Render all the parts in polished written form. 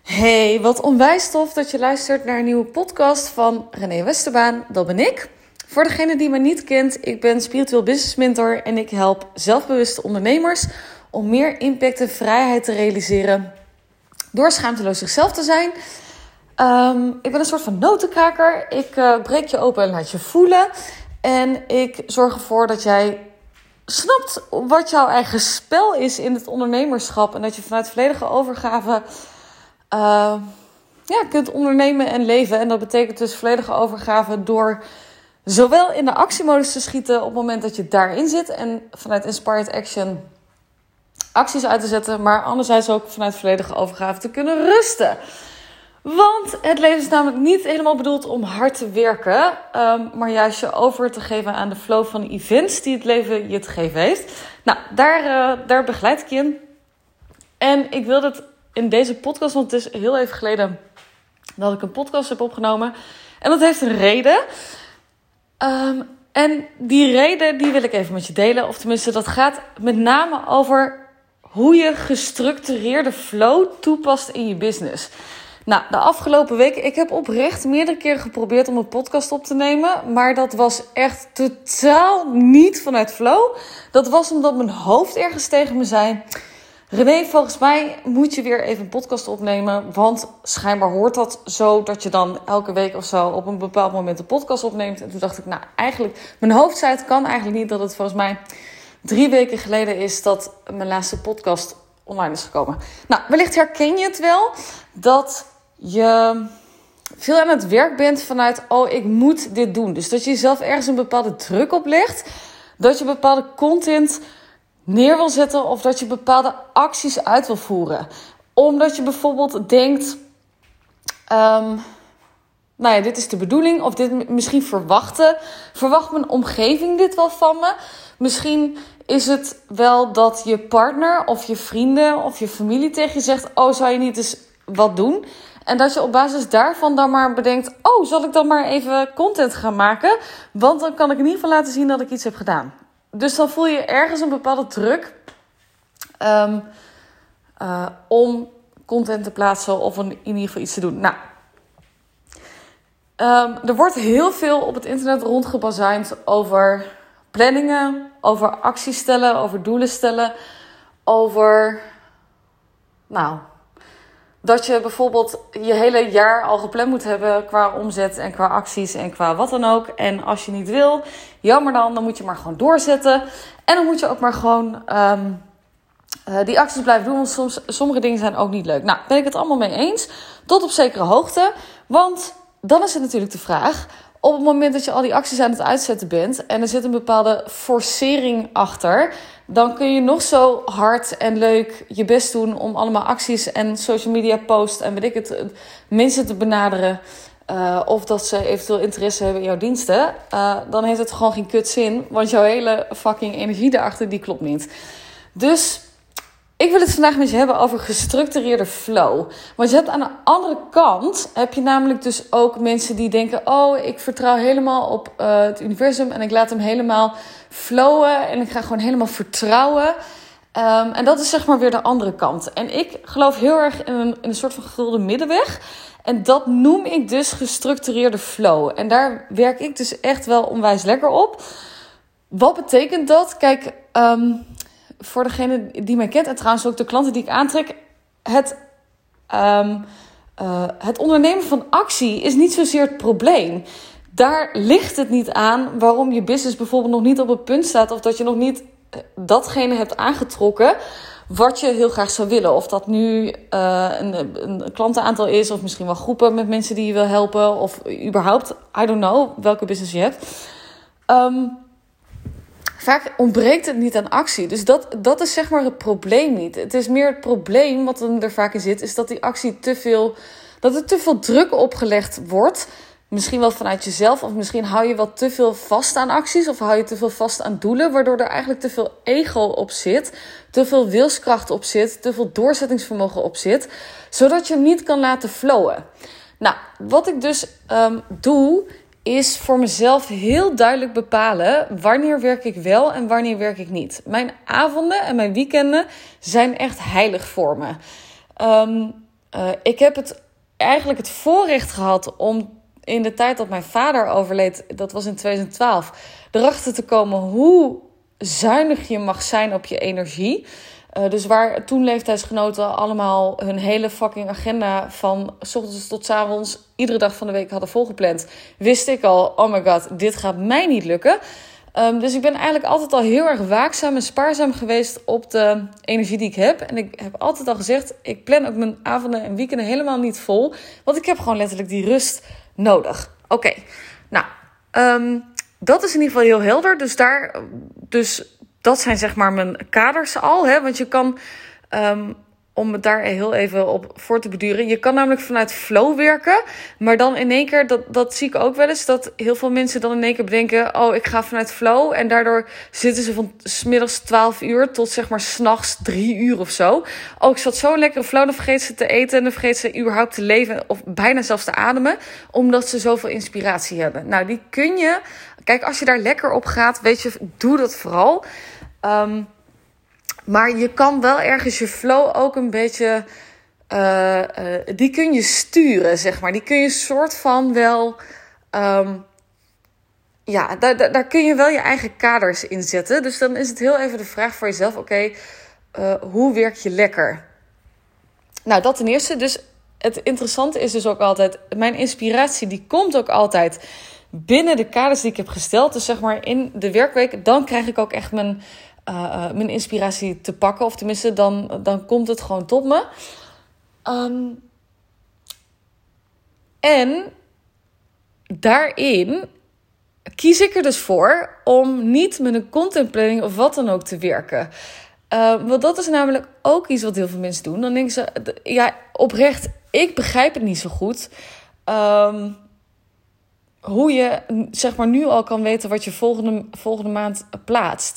Hey, wat onwijs tof dat je luistert naar een nieuwe podcast van René Westerbaan. Dat ben ik. Voor degene die me niet kent, ik ben spiritueel business mentor en ik help zelfbewuste ondernemers om meer impact en vrijheid te realiseren door schaamteloos zichzelf te zijn. Ik ben een soort van notenkraker. Ik breek je open en laat je voelen. En ik zorg ervoor dat jij snapt wat jouw eigen spel is in het ondernemerschap. En dat je vanuit volledige overgave kunt ondernemen en leven. En dat betekent dus volledige overgave door zowel in de actiemodus te schieten op het moment dat je daarin zit. En vanuit Inspired Action acties uit te zetten. Maar anderzijds ook vanuit volledige overgave te kunnen rusten. Want het leven is namelijk niet helemaal bedoeld om hard te werken. Maar juist je over te geven aan de flow van de events die het leven je te geven heeft. Nou, daar begeleid ik je in. En ik wilde het in deze podcast, want het is heel even geleden dat ik een podcast heb opgenomen. En dat heeft een reden. En die reden die wil ik even met je delen. Of tenminste, dat gaat met name over hoe je gestructureerde flow toepast in je business. Nou, de afgelopen week, ik heb oprecht meerdere keren geprobeerd om een podcast op te nemen. Maar dat was echt totaal niet vanuit flow. Dat was omdat mijn hoofd ergens tegen me zei: René, volgens mij moet je weer even een podcast opnemen. Want schijnbaar hoort dat zo dat je dan elke week of zo op een bepaald moment een podcast opneemt. En toen dacht ik, eigenlijk, mijn hoofd zei het kan eigenlijk niet, dat het volgens mij 3 weken geleden is dat mijn laatste podcast online is gekomen. Nou, wellicht herken je het wel dat je veel aan het werk bent vanuit, ik moet dit doen. Dus dat je jezelf ergens een bepaalde druk oplegt. Dat je bepaalde content neer wil zetten of dat je bepaalde acties uit wil voeren. Omdat je bijvoorbeeld denkt, dit is de bedoeling. Of dit misschien verwacht mijn omgeving dit wel van me. Misschien is het wel dat je partner of je vrienden of je familie tegen je zegt, zou je niet eens wat doen? En dat je op basis daarvan dan maar bedenkt, zal ik dan maar even content gaan maken? Want dan kan ik in ieder geval laten zien dat ik iets heb gedaan. Dus dan voel je ergens een bepaalde druk om content te plaatsen of in ieder geval iets te doen. Nou, er wordt heel veel op het internet rondgebazuind over planningen, over acties stellen, over doelen stellen, over dat je bijvoorbeeld je hele jaar al gepland moet hebben qua omzet en qua acties en qua wat dan ook. En als je niet wil, jammer dan moet je maar gewoon doorzetten. En dan moet je ook maar gewoon die acties blijven doen, want sommige dingen zijn ook niet leuk. Nou, ben ik het allemaal mee eens, tot op zekere hoogte. Want dan is het natuurlijk de vraag, op het moment dat je al die acties aan het uitzetten bent en er zit een bepaalde forcering achter, dan kun je nog zo hard en leuk je best doen om allemaal acties en social media posts en weet ik het, mensen te benaderen. Of dat ze eventueel interesse hebben in jouw diensten. Dan heeft het gewoon geen kut zin, want jouw hele fucking energie daarachter, die klopt niet. Dus ik wil het vandaag met je hebben over gestructureerde flow. Want je hebt aan de andere kant, heb je namelijk dus ook mensen die denken, ik vertrouw helemaal op het universum en ik laat hem helemaal flowen en ik ga gewoon helemaal vertrouwen. En dat is zeg maar weer de andere kant. En ik geloof heel erg in een soort van gulden middenweg. En dat noem ik dus gestructureerde flow. En daar werk ik dus echt wel onwijs lekker op. Wat betekent dat? Kijk, voor degene die mij kent en trouwens ook de klanten die ik aantrek, het ondernemen van actie is niet zozeer het probleem. Daar ligt het niet aan waarom je business bijvoorbeeld nog niet op het punt staat of dat je nog niet datgene hebt aangetrokken wat je heel graag zou willen. Of dat nu een klantenaantal is of misschien wel groepen met mensen die je wil helpen of überhaupt, I don't know, welke business je hebt. Vaak ontbreekt het niet aan actie. Dus dat is zeg maar het probleem niet. Het is meer het probleem wat er vaak in zit, is dat die actie dat er te veel druk opgelegd wordt. Misschien wel vanuit jezelf, of misschien hou je wat te veel vast aan acties, of hou je te veel vast aan doelen, waardoor er eigenlijk te veel ego op zit, te veel wilskracht op zit, te veel doorzettingsvermogen op zit, zodat je hem niet kan laten flowen. Nou, wat ik dus doe, is voor mezelf heel duidelijk bepalen wanneer werk ik wel en wanneer werk ik niet. Mijn avonden en mijn weekenden zijn echt heilig voor me. ik heb eigenlijk het voorrecht gehad om in de tijd dat mijn vader overleed, dat was in 2012, erachter te komen hoe zuinig je mag zijn op je energie. Dus waar toen leeftijdsgenoten allemaal hun hele fucking agenda van 's ochtends tot 's avonds iedere dag van de week hadden volgepland, wist ik al, oh my god, dit gaat mij niet lukken. Dus ik ben eigenlijk altijd al heel erg waakzaam en spaarzaam geweest op de energie die ik heb. En ik heb altijd al gezegd, ik plan ook mijn avonden en weekenden helemaal niet vol. Want ik heb gewoon letterlijk die rust nodig. Oké, nou, dat is in ieder geval heel helder. Dus dat zijn zeg maar mijn kaders al. Hè? Want je kan, om het daar heel even op voor te beduren, je kan namelijk vanuit flow werken. Maar dan in één keer, dat zie ik ook wel eens, dat heel veel mensen dan in één keer bedenken, oh, ik ga vanuit flow. En daardoor zitten ze van 's middags 12 uur tot zeg maar 's nachts 3 uur of zo. Oh, ik zat zo lekker in flow, dan vergeet ze te eten en dan vergeet ze überhaupt te leven of bijna zelfs te ademen, omdat ze zoveel inspiratie hebben. Nou, die kun je, kijk, als je daar lekker op gaat, weet je, doe dat vooral. Maar je kan wel ergens je flow ook een beetje, die kun je sturen, zeg maar. Die kun je soort van wel, daar kun je wel je eigen kaders in zetten. Dus dan is het heel even de vraag voor jezelf, oké, hoe werk je lekker? Nou, dat ten eerste. Dus het interessante is dus ook altijd, mijn inspiratie die komt ook altijd binnen de kaders die ik heb gesteld. Dus zeg maar in de werkweek, dan krijg ik ook echt mijn inspiratie te pakken. Of tenminste, dan komt het gewoon tot me. En daarin kies ik er dus voor om niet met een contentplanning of wat dan ook te werken. Want dat is namelijk ook iets wat heel veel mensen doen. Dan denken ze, ja, oprecht, ik begrijp het niet zo goed. Hoe je zeg maar nu al kan weten wat je volgende maand plaatst.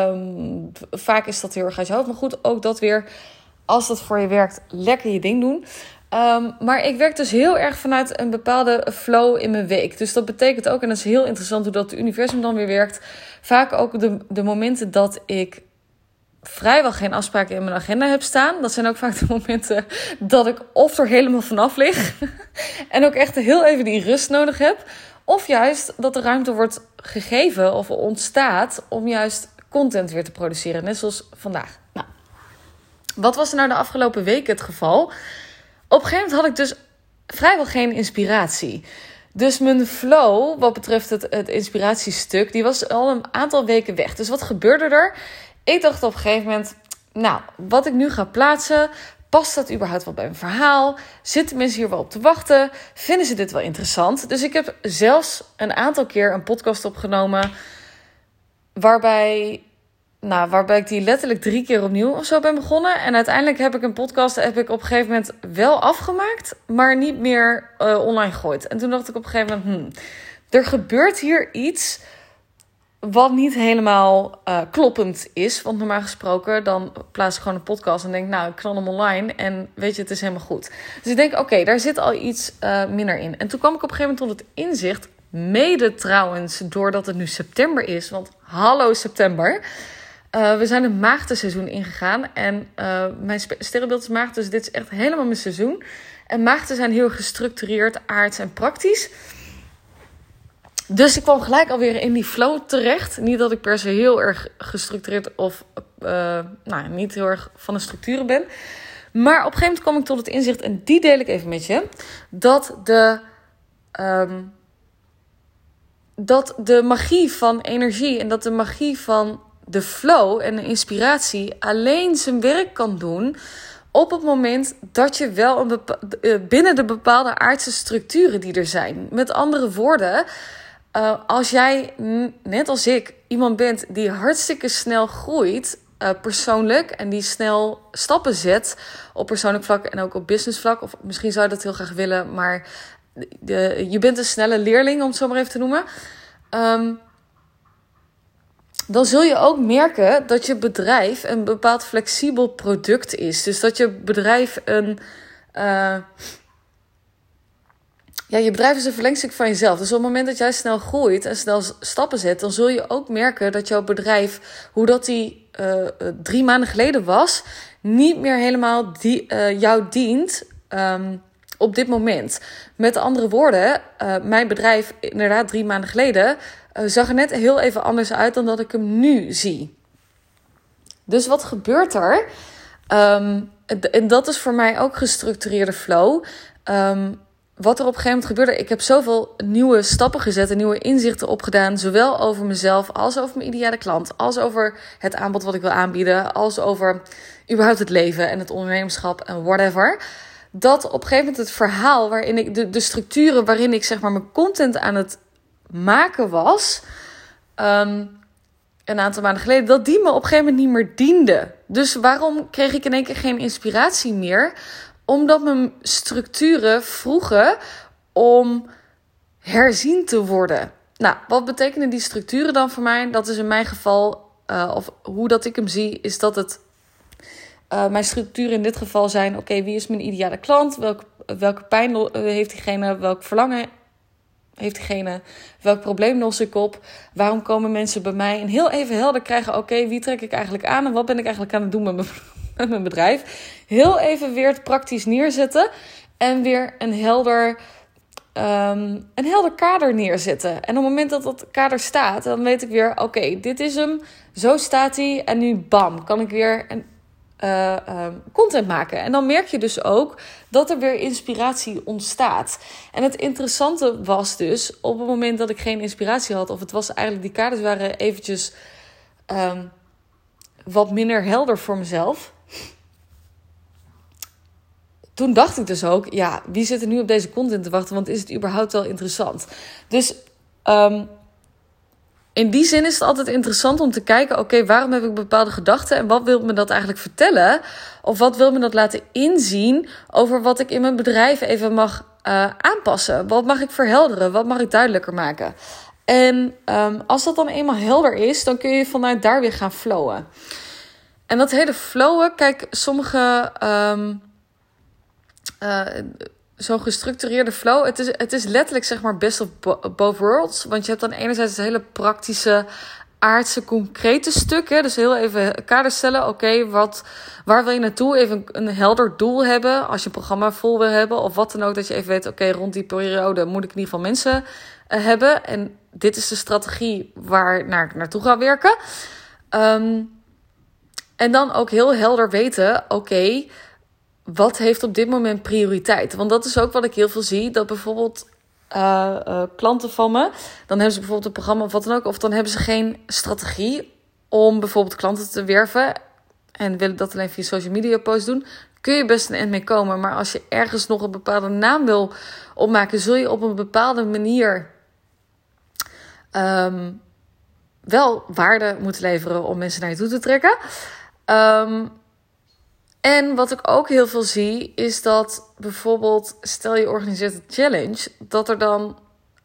Vaak is dat heel erg uit je hoofd. Maar goed, ook dat weer, als dat voor je werkt, lekker je ding doen. Maar ik werk dus heel erg vanuit een bepaalde flow in mijn week. Dus dat betekent ook, en dat is heel interessant hoe dat het universum dan weer werkt, vaak ook de momenten dat ik vrijwel geen afspraken in mijn agenda heb staan. Dat zijn ook vaak de momenten dat ik of er helemaal vanaf lig en ook echt heel even die rust nodig heb. Of juist dat de ruimte wordt gegeven of ontstaat om juist content weer te produceren. Net zoals vandaag. Nou, wat was er nou de afgelopen weken het geval? Op een gegeven moment had ik dus vrijwel geen inspiratie. Dus mijn flow, wat betreft het inspiratiestuk, die was al een aantal weken weg. Dus wat gebeurde er? Ik dacht op een gegeven moment, nou, wat ik nu ga plaatsen, past dat überhaupt wel bij mijn verhaal? Zitten mensen hier wel op te wachten? Vinden ze dit wel interessant? Dus ik heb zelfs een aantal keer een podcast opgenomen waarbij ik die letterlijk 3 keer opnieuw of zo ben begonnen. En uiteindelijk heb ik een podcast op een gegeven moment wel afgemaakt, maar niet meer online gegooid. En toen dacht ik op een gegeven moment, er gebeurt hier iets wat niet helemaal kloppend is. Want normaal gesproken, dan plaats ik gewoon een podcast en denk, nou, ik knal hem online en weet je, het is helemaal goed. Dus ik denk, oké, daar zit al iets minder in. En toen kwam ik op een gegeven moment tot het inzicht, mede trouwens, doordat het nu september is. Want hallo september. We zijn het maagdenseizoen ingegaan. En mijn sterrenbeeld is maagd, dus dit is echt helemaal mijn seizoen. En maagden zijn heel gestructureerd, aards en praktisch. Dus ik kwam gelijk alweer in die flow terecht. Niet dat ik per se heel erg gestructureerd of niet heel erg van de structuren ben. Maar op een gegeven moment kwam ik tot het inzicht, en die deel ik even met je, dat de magie van energie en dat de magie van de flow en de inspiratie alleen zijn werk kan doen op het moment dat je wel binnen de bepaalde aardse structuren die er zijn. Met andere woorden, als jij, net als ik, iemand bent die hartstikke snel groeit, persoonlijk, en die snel stappen zet op persoonlijk vlak en ook op business vlak, of misschien zou je dat heel graag willen, maar je bent een snelle leerling, om het zo maar even te noemen, dan zul je ook merken dat je bedrijf een bepaald flexibel product is. Dus dat je bedrijf je bedrijf is een verlengstuk van jezelf. Dus op het moment dat jij snel groeit en snel stappen zet, dan zul je ook merken dat jouw bedrijf, hoe dat die 3 maanden geleden was, niet meer helemaal jou dient op dit moment. Met andere woorden, mijn bedrijf inderdaad 3 maanden geleden zag er net heel even anders uit dan dat ik hem nu zie. Dus wat gebeurt er? En dat is voor mij ook gestructureerde flow. Wat er op een gegeven moment gebeurde, ik heb zoveel nieuwe stappen gezet en nieuwe inzichten opgedaan, zowel over mezelf als over mijn ideale klant, als over het aanbod wat ik wil aanbieden, als over überhaupt het leven en het ondernemerschap en whatever. Dat op een gegeven moment het verhaal waarin ik de structuren waarin ik zeg maar mijn content aan het maken was, een aantal maanden geleden, dat die me op een gegeven moment niet meer diende. Dus waarom kreeg ik in één keer geen inspiratie meer? Omdat mijn structuren vroegen om herzien te worden. Nou, wat betekenen die structuren dan voor mij? Dat is in mijn geval, of hoe dat ik hem zie, is dat het mijn structuren in dit geval zijn: oké, wie is mijn ideale klant? Welke pijn heeft diegene? Welk verlangen heeft diegene? Welk probleem los ik op? Waarom komen mensen bij mij? En heel even helder krijgen: oké, wie trek ik eigenlijk aan? En wat ben ik eigenlijk aan het doen met mijn bedrijf? Heel even weer het praktisch neerzetten. En weer een helder kader neerzetten. En op het moment dat dat kader staat, dan weet ik weer: oké, dit is hem. Zo staat hij. En nu bam, kan ik weer content maken. En dan merk je dus ook dat er weer inspiratie ontstaat. En het interessante was dus, op het moment dat ik geen inspiratie had, of het was eigenlijk, die kaders waren eventjes wat minder helder voor mezelf. Toen dacht ik dus ook, ja, wie zit er nu op deze content te wachten? Want is het überhaupt wel interessant? Dus in die zin is het altijd interessant om te kijken, oké, waarom heb ik bepaalde gedachten en wat wil me dat eigenlijk vertellen? Of wat wil me dat laten inzien over wat ik in mijn bedrijf even mag aanpassen? Wat mag ik verhelderen? Wat mag ik duidelijker maken? En als dat dan eenmaal helder is, dan kun je vanuit daar weer gaan flowen. En dat hele flowen, kijk, sommige zo'n gestructureerde flow, het is letterlijk zeg maar best of both worlds. Want je hebt dan enerzijds het hele praktische, aardse, concrete stuk. Hè? Dus heel even kader stellen. Oké, waar wil je naartoe? Even een helder doel hebben. Als je een programma vol wil hebben of wat dan ook. Dat je even weet, oké, rond die periode moet ik in ieder geval mensen hebben. En dit is de strategie waar naartoe gaan werken. En dan ook heel helder weten, oké, wat heeft op dit moment prioriteit? Want dat is ook wat ik heel veel zie. Dat bijvoorbeeld klanten van me, dan hebben ze bijvoorbeeld een programma of wat dan ook. Of dan hebben ze geen strategie om bijvoorbeeld klanten te werven. En willen dat alleen via social media posts doen. Kun je best een eind mee komen. Maar als je ergens nog een bepaalde naam wil opmaken, zul je op een bepaalde manier wel waarde moeten leveren om mensen naar je toe te trekken. En wat ik ook heel veel zie, is dat bijvoorbeeld, stel je organiseert een challenge, dat er dan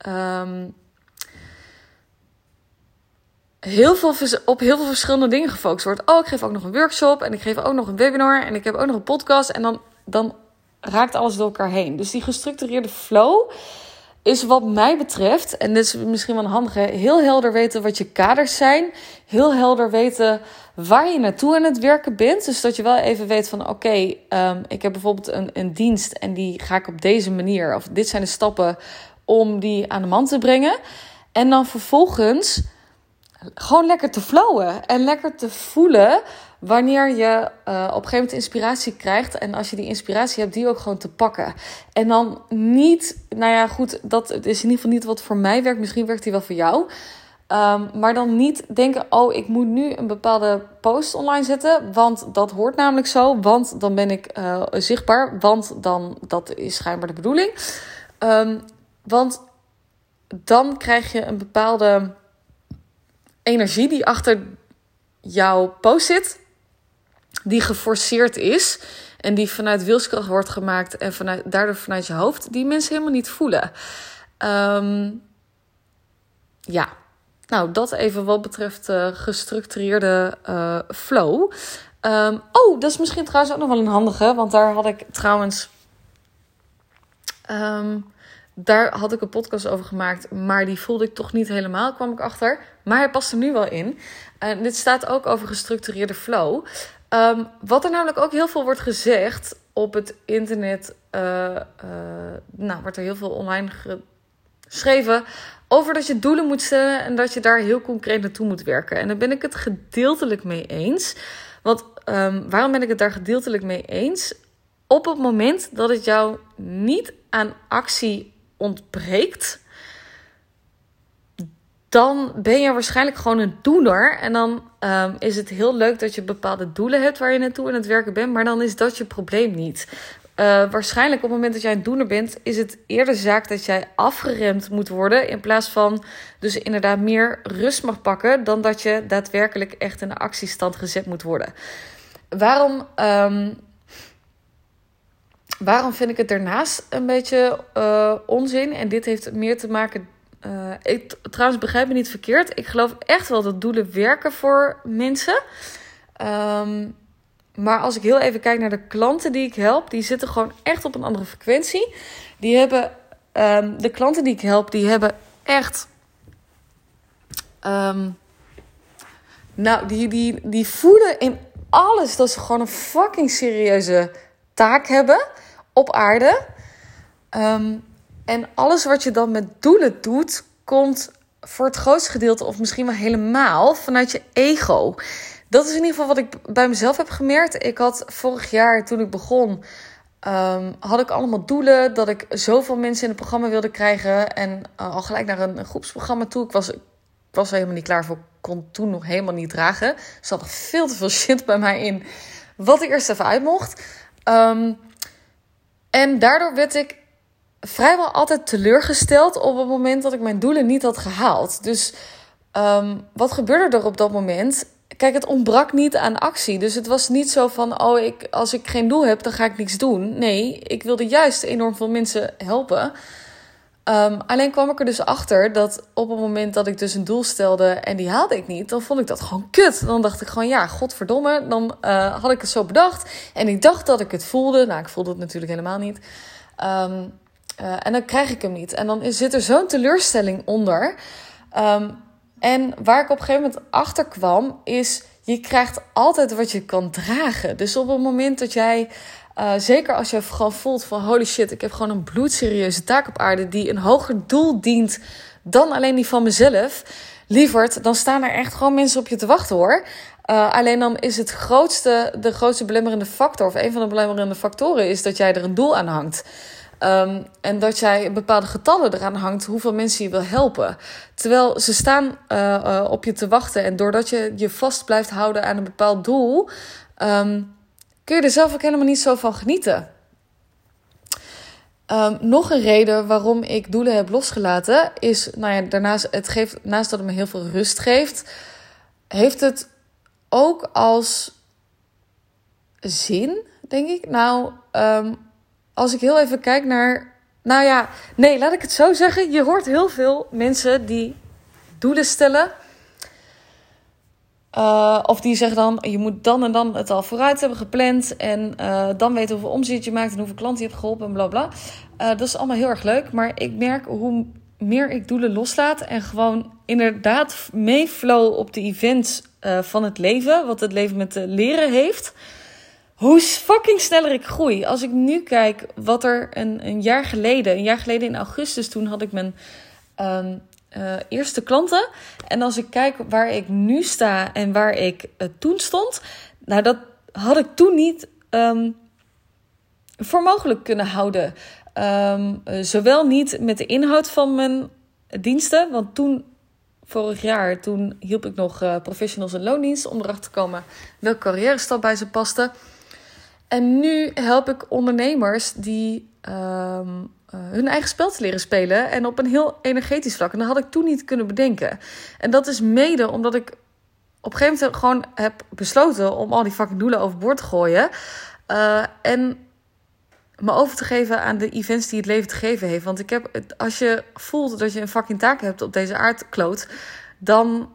op heel veel verschillende dingen gefocust wordt. Oh, ik geef ook nog een workshop en ik geef ook nog een webinar en ik heb ook nog een podcast. En dan raakt alles door elkaar heen. Dus die gestructureerde flow is wat mij betreft, en dit is misschien wel een handige, heel helder weten wat je kaders zijn. Heel helder weten waar je naartoe aan het werken bent. Dus dat je wel even weet van oké, ik heb bijvoorbeeld een dienst en die ga ik op deze manier, of dit zijn de stappen om die aan de man te brengen. En dan vervolgens gewoon lekker te flowen en lekker te voelen wanneer je op een gegeven moment inspiratie krijgt. En als je die inspiratie hebt, die ook gewoon te pakken. En dan niet, nou ja goed, dat is in ieder geval niet wat voor mij werkt. Misschien werkt die wel voor jou. Maar dan niet denken, oh, ik moet nu een bepaalde post online zetten. Want dat hoort namelijk zo. Want dan ben ik zichtbaar. Want dan, dat is schijnbaar de bedoeling. Want dan krijg je een bepaalde energie die achter jouw post zit. Die geforceerd is. En die vanuit wilskracht wordt gemaakt. En daardoor vanuit je hoofd. Die mensen helemaal niet voelen. Ja. Nou, dat even wat betreft gestructureerde flow. Dat is misschien trouwens ook nog wel een handige. Want daar had ik trouwens daar had ik een podcast over gemaakt. Maar die voelde ik toch niet helemaal, kwam ik achter. Maar hij past er nu wel in. Dit staat ook over gestructureerde flow. Wat er namelijk ook heel veel wordt gezegd, op het internet, wordt er heel veel online geschreven over dat je doelen moet stellen en dat je daar heel concreet naartoe moet werken. En daar ben ik het gedeeltelijk mee eens. Want waarom ben ik het daar gedeeltelijk mee eens? Op het moment dat het jou niet aan actie ontbreekt, dan ben je waarschijnlijk gewoon een doener. En dan is het heel leuk dat je bepaalde doelen hebt waar je naartoe aan het werken bent. Maar dan is dat je probleem niet. Waarschijnlijk op het moment dat jij een doener bent, is het eerder zaak dat jij afgeremd moet worden. In plaats van dus inderdaad meer rust mag pakken dan dat je daadwerkelijk echt in de actiestand gezet moet worden. Waarom vind ik het daarnaast een beetje onzin? En dit heeft meer te maken. Trouwens, begrijp me niet verkeerd. Ik geloof echt wel dat doelen werken voor mensen. Maar als ik heel even kijk naar de klanten die ik help, die zitten gewoon echt op een andere frequentie. Die hebben, de klanten die ik help, die hebben echt, die voelen in alles dat ze gewoon een fucking serieuze taak hebben op aarde. En alles wat je dan met doelen doet, komt voor het grootste gedeelte, of misschien wel helemaal, vanuit je ego. Dat is in ieder geval wat ik bij mezelf heb gemerkt. Ik had vorig jaar, toen ik begon, had ik allemaal doelen. Dat ik zoveel mensen in het programma wilde krijgen. En al gelijk naar een groepsprogramma toe. Ik was er helemaal niet klaar voor. Ik kon toen nog helemaal niet dragen. Er zat nog veel te veel shit bij mij in. Wat ik eerst even uit mocht. En daardoor werd ik vrijwel altijd teleurgesteld op het moment dat ik mijn doelen niet had gehaald. Dus wat gebeurde er op dat moment? Kijk, het ontbrak niet aan actie. Dus het was niet zo van, als ik geen doel heb, dan ga ik niks doen. Nee, ik wilde juist enorm veel mensen helpen. Alleen kwam ik er dus achter dat op het moment dat ik dus een doel stelde en die haalde ik niet, dan vond ik dat gewoon kut. Dan dacht ik gewoon, ja, godverdomme. Dan had ik het zo bedacht en ik dacht dat ik het voelde. Nou, ik voelde het natuurlijk helemaal niet. En dan krijg ik hem niet. En dan zit er zo'n teleurstelling onder. En waar ik op een gegeven moment achter kwam, is je krijgt altijd wat je kan dragen. Dus op het moment dat jij, zeker als je gewoon voelt van holy shit, ik heb gewoon een bloedserieuze taak op aarde die een hoger doel dient dan alleen die van mezelf. Lieverd, dan staan er echt gewoon mensen op je te wachten hoor. Alleen dan is de grootste belemmerende factor, of een van de belemmerende factoren, is dat jij er een doel aan hangt. En dat jij bepaalde getallen eraan hangt hoeveel mensen je wil helpen. Terwijl ze staan op je te wachten. En doordat je je vast blijft houden aan een bepaald doel, kun je er zelf ook helemaal niet zo van genieten. Nog een reden waarom ik doelen heb losgelaten is, daarnaast, naast dat het me heel veel rust geeft, heeft het ook als zin, denk ik. Als ik heel even kijk naar, laat ik het zo zeggen. Je hoort heel veel mensen die doelen stellen. Of die zeggen dan, je moet dan en dan het al vooruit hebben gepland. En dan weten hoeveel omzet je maakt en hoeveel klanten je hebt geholpen en bla bla. Dat is allemaal heel erg leuk. Maar ik merk hoe meer ik doelen loslaat en gewoon inderdaad meeflow op de events van het leven. Wat het leven met leren heeft. Hoe fucking sneller ik groei. Als ik nu kijk wat er een jaar geleden in augustus, toen had ik mijn eerste klanten. En als ik kijk waar ik nu sta en waar ik toen stond, dat had ik toen niet voor mogelijk kunnen houden. Zowel niet met de inhoud van mijn diensten, want vorig jaar hielp ik nog professionals in loondienst om erachter te komen welke carrière-stap bij ze paste. En nu help ik ondernemers die hun eigen spel te leren spelen. En op een heel energetisch vlak. En dat had ik toen niet kunnen bedenken. En dat is mede omdat ik op een gegeven moment gewoon heb besloten om al die fucking doelen overboord te gooien. En me over te geven aan de events die het leven te geven heeft. Want als je voelt dat je een fucking taak hebt op deze aardkloot, dan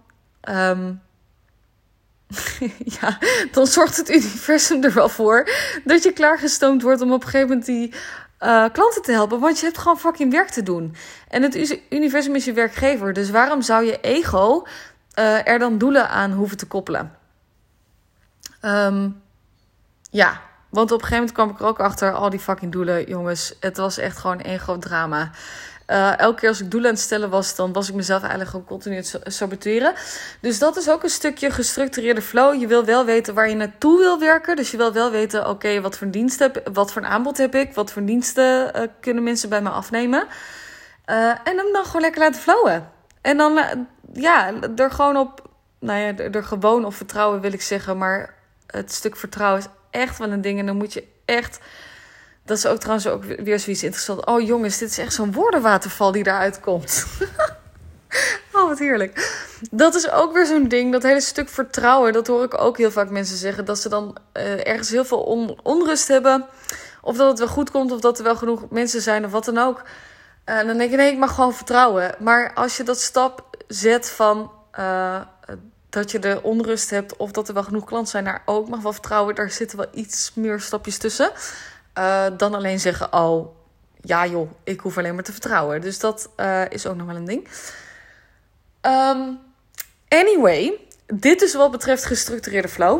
dan zorgt het universum er wel voor dat je klaargestoomd wordt om op een gegeven moment die klanten te helpen. Want je hebt gewoon fucking werk te doen. En het universum is je werkgever. Dus waarom zou je ego er dan doelen aan hoeven te koppelen? Want op een gegeven moment kwam ik er ook achter, al die fucking doelen, jongens. Het was echt gewoon één groot drama. Elke keer als ik doelen aan het stellen was, dan was ik mezelf eigenlijk gewoon continu het saboteren. Dus dat is ook een stukje gestructureerde flow. Je wil wel weten waar je naartoe wil werken. Dus je wil wel weten, oké, wat voor dienst wat voor een aanbod heb ik? Wat voor diensten kunnen mensen bij me afnemen? En hem dan gewoon lekker laten flowen. En dan, er gewoon op, er gewoon op vertrouwen wil ik zeggen. Maar het stuk vertrouwen is echt wel een ding. En dan moet je echt... Dat is ook trouwens ook weer zoiets interessants. Oh jongens, dit is echt zo'n woordenwaterval die daaruit komt. Oh, wat heerlijk. Dat is ook weer zo'n ding. Dat hele stuk vertrouwen, dat hoor ik ook heel vaak mensen zeggen. Dat ze dan ergens heel veel onrust hebben. Of dat het wel goed komt, of dat er wel genoeg mensen zijn, of wat dan ook. En dan denk je, nee, ik mag gewoon vertrouwen. Maar als je dat stap zet van... dat je de onrust hebt, of dat er wel genoeg klanten zijn, naar ook mag wel vertrouwen. Daar zitten wel iets meer stapjes tussen. Dan alleen zeggen, oh, ja joh, ik hoef alleen maar te vertrouwen. Dus dat is ook nog wel een ding. Anyway, dit is wat betreft gestructureerde flow.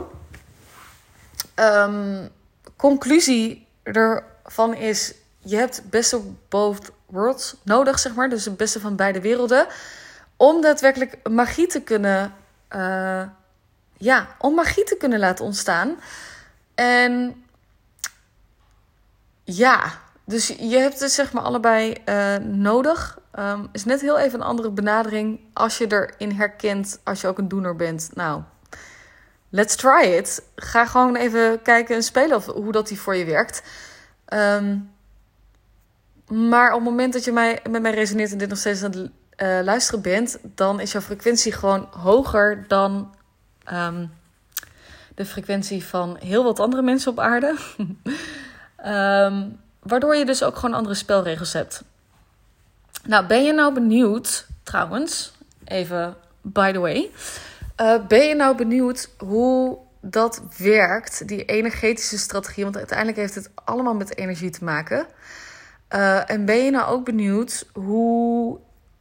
Conclusie ervan is, je hebt best of both worlds nodig, zeg maar. Dus het beste van beide werelden. Om daadwerkelijk magie te kunnen... om magie te kunnen laten ontstaan. En... ja, dus je hebt het zeg maar allebei nodig. Is net heel even een andere benadering als je erin herkent als je ook een doener bent. Nou, let's try it. Ga gewoon even kijken en spelen of hoe dat die voor je werkt. Maar op het moment dat je met mij resoneert en dit nog steeds aan het luisteren bent, dan is jouw frequentie gewoon hoger dan de frequentie van heel wat andere mensen op aarde. Waardoor je dus ook gewoon andere spelregels hebt. Nou, ben je nou benieuwd, trouwens, even by the way. Ben je nou benieuwd hoe dat werkt, die energetische strategie? Want uiteindelijk heeft het allemaal met energie te maken. En ben je nou ook benieuwd hoe...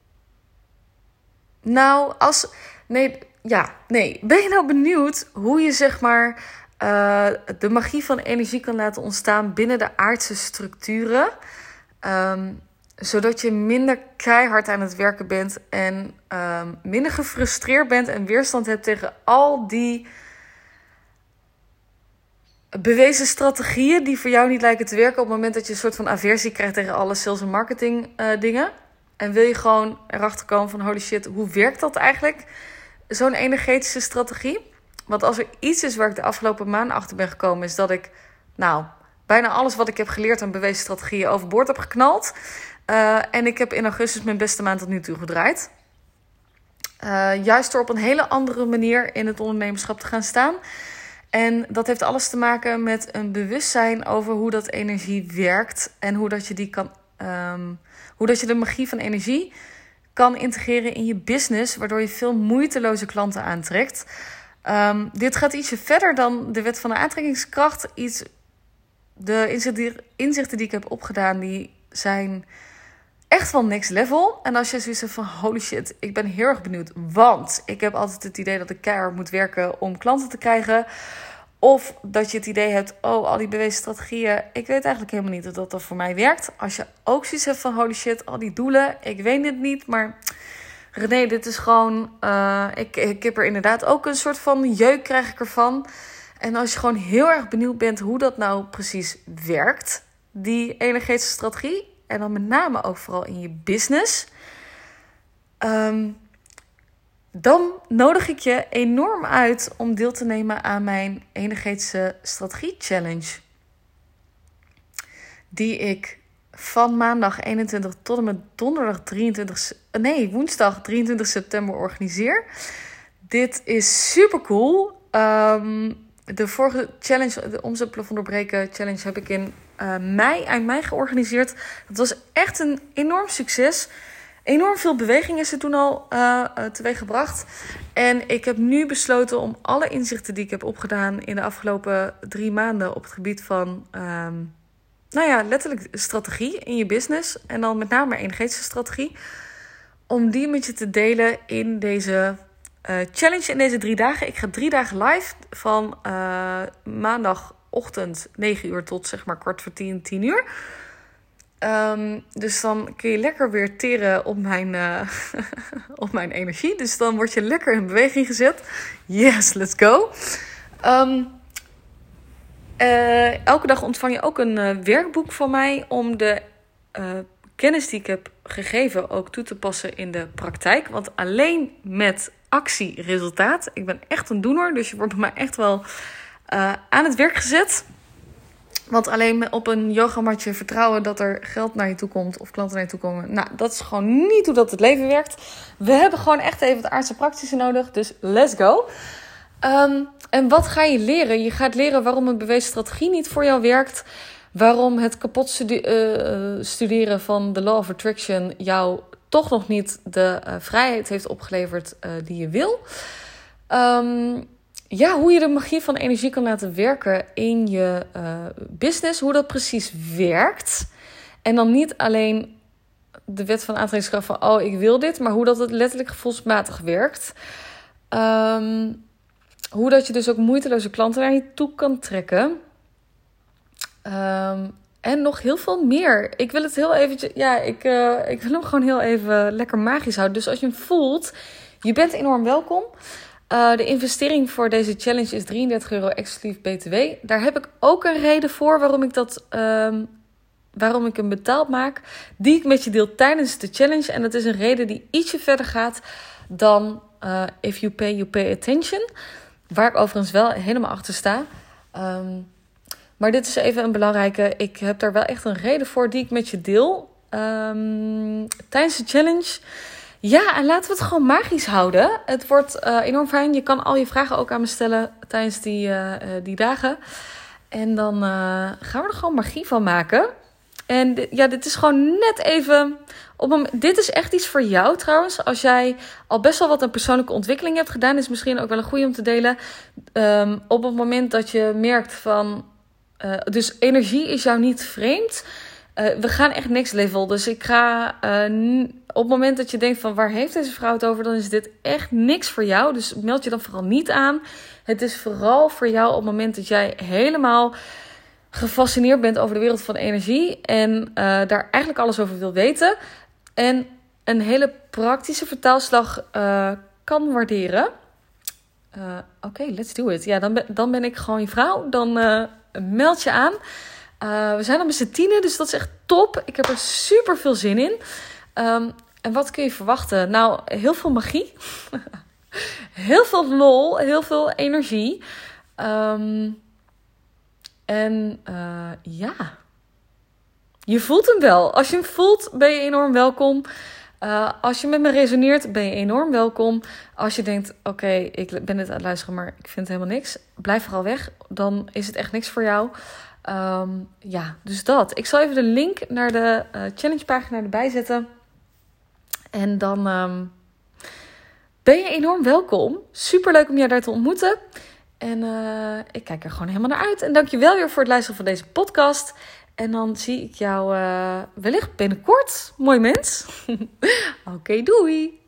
Ben je nou benieuwd hoe je zeg maar... de magie van energie kan laten ontstaan binnen de aardse structuren. Zodat je minder keihard aan het werken bent en minder gefrustreerd bent en weerstand hebt tegen al die bewezen strategieën die voor jou niet lijken te werken op het moment dat je een soort van aversie krijgt tegen alle sales en marketing dingen. En wil je gewoon erachter komen van holy shit, hoe werkt dat eigenlijk? Zo'n energetische strategie. Want als er iets is waar ik de afgelopen maanden achter ben gekomen, is dat ik bijna alles wat ik heb geleerd aan bewezen strategieën overboord heb geknald. En ik heb in augustus mijn beste maand tot nu toe gedraaid. Juist door op een hele andere manier in het ondernemerschap te gaan staan. En dat heeft alles te maken met een bewustzijn over hoe dat energie werkt. En hoe dat je die kan, hoe dat je de magie van energie kan integreren in je business, waardoor je veel moeiteloze klanten aantrekt. Dit gaat ietsje verder dan de wet van de aantrekkingskracht. De inzichten die ik heb opgedaan, die zijn echt wel next level. En als je zoiets hebt van holy shit, ik ben heel erg benieuwd. Want ik heb altijd het idee dat ik keihard moet werken om klanten te krijgen. Of dat je het idee hebt, al die bewezen strategieën, ik weet eigenlijk helemaal niet of dat voor mij werkt. Als je ook zoiets hebt van holy shit, al die doelen, ik weet het niet, maar René, dit is gewoon... Ik heb er inderdaad ook een soort van jeuk krijg ik ervan. En als je gewoon heel erg benieuwd bent hoe dat nou precies werkt, die energetische strategie, en dan met name ook vooral in je business, dan nodig ik je enorm uit om deel te nemen aan mijn energetische strategie challenge. Die ik van maandag 21 tot en met woensdag 23 september organiseer. Dit is super cool. De vorige challenge, de omzetplafond doorbreken challenge, heb ik in eind mei georganiseerd. Dat was echt een enorm succes. Enorm veel beweging is er toen al teweeggebracht. En ik heb nu besloten om alle inzichten die ik heb opgedaan in de afgelopen 3 maanden op het gebied van letterlijk strategie in je business. En dan met name energetische strategie. Om die met je te delen in deze challenge in deze 3 dagen. Ik ga 3 dagen live van maandag ochtend 9 uur tot zeg maar 9:15, 10 uur. Dus dan kun je lekker weer teren op mijn, op mijn energie. Dus dan word je lekker in beweging gezet. Yes, let's go. Elke dag ontvang je ook een werkboek van mij om de kennis die ik heb gegeven ook toe te passen in de praktijk. Want alleen met actie resultaat. Ik ben echt een doener, dus je wordt bij mij echt wel aan het werk gezet. Want alleen op een yogamatje vertrouwen dat er geld naar je toe komt of klanten naar je toe komen. Nou, dat is gewoon niet hoe dat het leven werkt. We hebben gewoon echt even het aardse praktische nodig. Dus let's go. En wat ga je leren? Je gaat leren waarom een bewezen strategie niet voor jou werkt. Waarom het kapot studeren van de Law of Attraction jou toch nog niet de vrijheid heeft opgeleverd die je wil. Hoe je de magie van energie kan laten werken in je business. Hoe dat precies werkt. En dan niet alleen de wet van aantrekkingskracht van ik wil dit. Maar hoe dat het letterlijk gevoelsmatig werkt. Hoe dat je dus ook moeiteloze klanten naar je toe kan trekken. En nog heel veel meer. Ik wil het heel eventjes... ik wil hem gewoon heel even lekker magisch houden. Dus als je hem voelt, je bent enorm welkom. De investering voor deze challenge is €33 exclusief BTW. Daar heb ik ook een reden voor waarom ik hem betaald maak. Die ik met je deel tijdens de challenge. En dat is een reden die ietsje verder gaat dan if you pay attention. Waar ik overigens wel helemaal achter sta. Maar dit is even een belangrijke. Ik heb daar wel echt een reden voor die ik met je deel. Tijdens de challenge. Ja, en laten we het gewoon magisch houden. Het wordt enorm fijn. Je kan al je vragen ook aan me stellen tijdens die dagen. En dan gaan we er gewoon magie van maken. En dit is gewoon net even... Dit is echt iets voor jou trouwens. Als jij al best wel wat een persoonlijke ontwikkeling hebt gedaan... is het misschien ook wel een goede om te delen. Op het moment dat je merkt van... dus energie is jou niet vreemd... we gaan echt next level. Dus ik ga op het moment dat je denkt van waar heeft deze vrouw het over, dan is dit echt niks voor jou. Dus meld je dan vooral niet aan. Het is vooral voor jou op het moment dat jij helemaal gefascineerd bent over de wereld van energie. En daar eigenlijk alles over wil weten. En een hele praktische vertaalslag kan waarderen. Oké, let's do it. Ja, dan ben ik gewoon je vrouw. Dan meld je aan. We zijn al met z'n 10, dus dat is echt top. Ik heb er super veel zin in. En wat kun je verwachten? Nou, heel veel magie. Heel veel lol. Heel veel energie. Je voelt hem wel. Als je hem voelt, ben je enorm welkom. Als je met me resoneert, ben je enorm welkom. Als je denkt, oké, ik ben dit aan het luisteren, maar ik vind helemaal niks. Blijf vooral weg. Dan is het echt niks voor jou. Dus dat. Ik zal even de link naar de challengepagina erbij zetten. En dan ben je enorm welkom. Super leuk om jou daar te ontmoeten. En ik kijk er gewoon helemaal naar uit. En dank je wel weer voor het luisteren van deze podcast. En dan zie ik jou wellicht binnenkort. Mooi mens. Oké, doei.